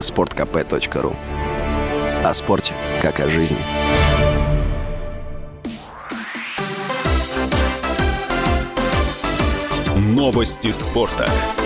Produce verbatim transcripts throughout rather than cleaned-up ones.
спорт ка пэ точка ру. О спорте, как о жизни. Новости спорта.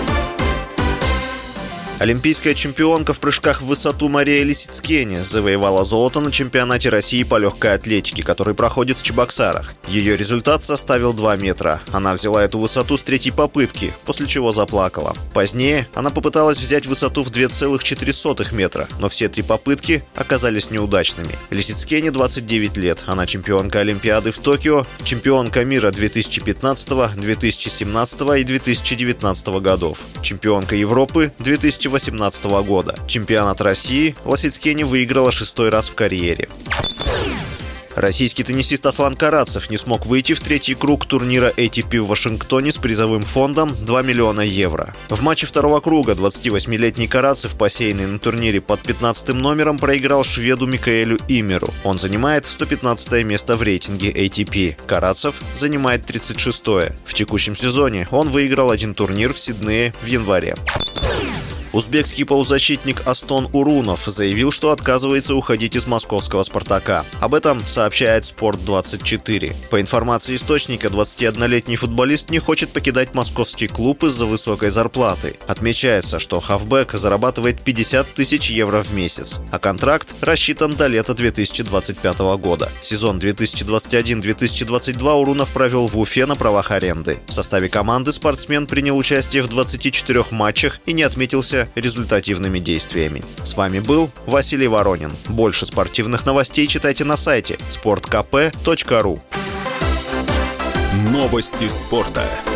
Олимпийская чемпионка в прыжках в высоту Мария Лисицкене завоевала золото на чемпионате России по легкой атлетике, который проходит в Чебоксарах. Ее результат составил два метра. Она взяла эту высоту с третьей попытки, после чего заплакала. Позднее она попыталась взять высоту в два целых четыре сотых метра, но все три попытки оказались неудачными. Лисицкене двадцать девять лет. Она чемпионка Олимпиады в Токио, чемпионка мира две тысячи пятнадцатого, две тысячи семнадцатого и две тысячи девятнадцатого годов, чемпионка Европы две тысячи восемнадцатого года. Чемпионат России Лисицкене выиграла шестой раз в карьере. Российский теннисист Аслан Карацев не смог выйти в третий круг турнира эй ти пи в Вашингтоне с призовым фондом два миллиона евро. В матче второго круга двадцативосьмилетний Карацев, посеянный на турнире под пятнадцатым номером, проиграл шведу Микаэлю Имеру. Он занимает сто пятнадцатое место в рейтинге эй ти пи. Карацев занимает тридцать шестое. В текущем сезоне он выиграл один турнир в Сиднее в январе. Узбекский полузащитник Астон Урунов заявил, что отказывается уходить из московского «Спартака». Об этом сообщает спорт двадцать четыре. По информации источника, двадцатиоднолетний футболист не хочет покидать московский клуб из-за высокой зарплаты. Отмечается, что хавбэк зарабатывает пятьдесят тысяч евро в месяц, а контракт рассчитан до лета две тысячи двадцать пятого года. Сезон две тысячи двадцать один - две тысячи двадцать два Урунов провел в Уфе на правах аренды. В составе команды спортсмен принял участие в двадцати четырёх матчах и не отметился результативными действиями. С вами был Василий Воронин. Больше спортивных новостей читайте на сайте спорт ка пэ точка ру. Новости спорта.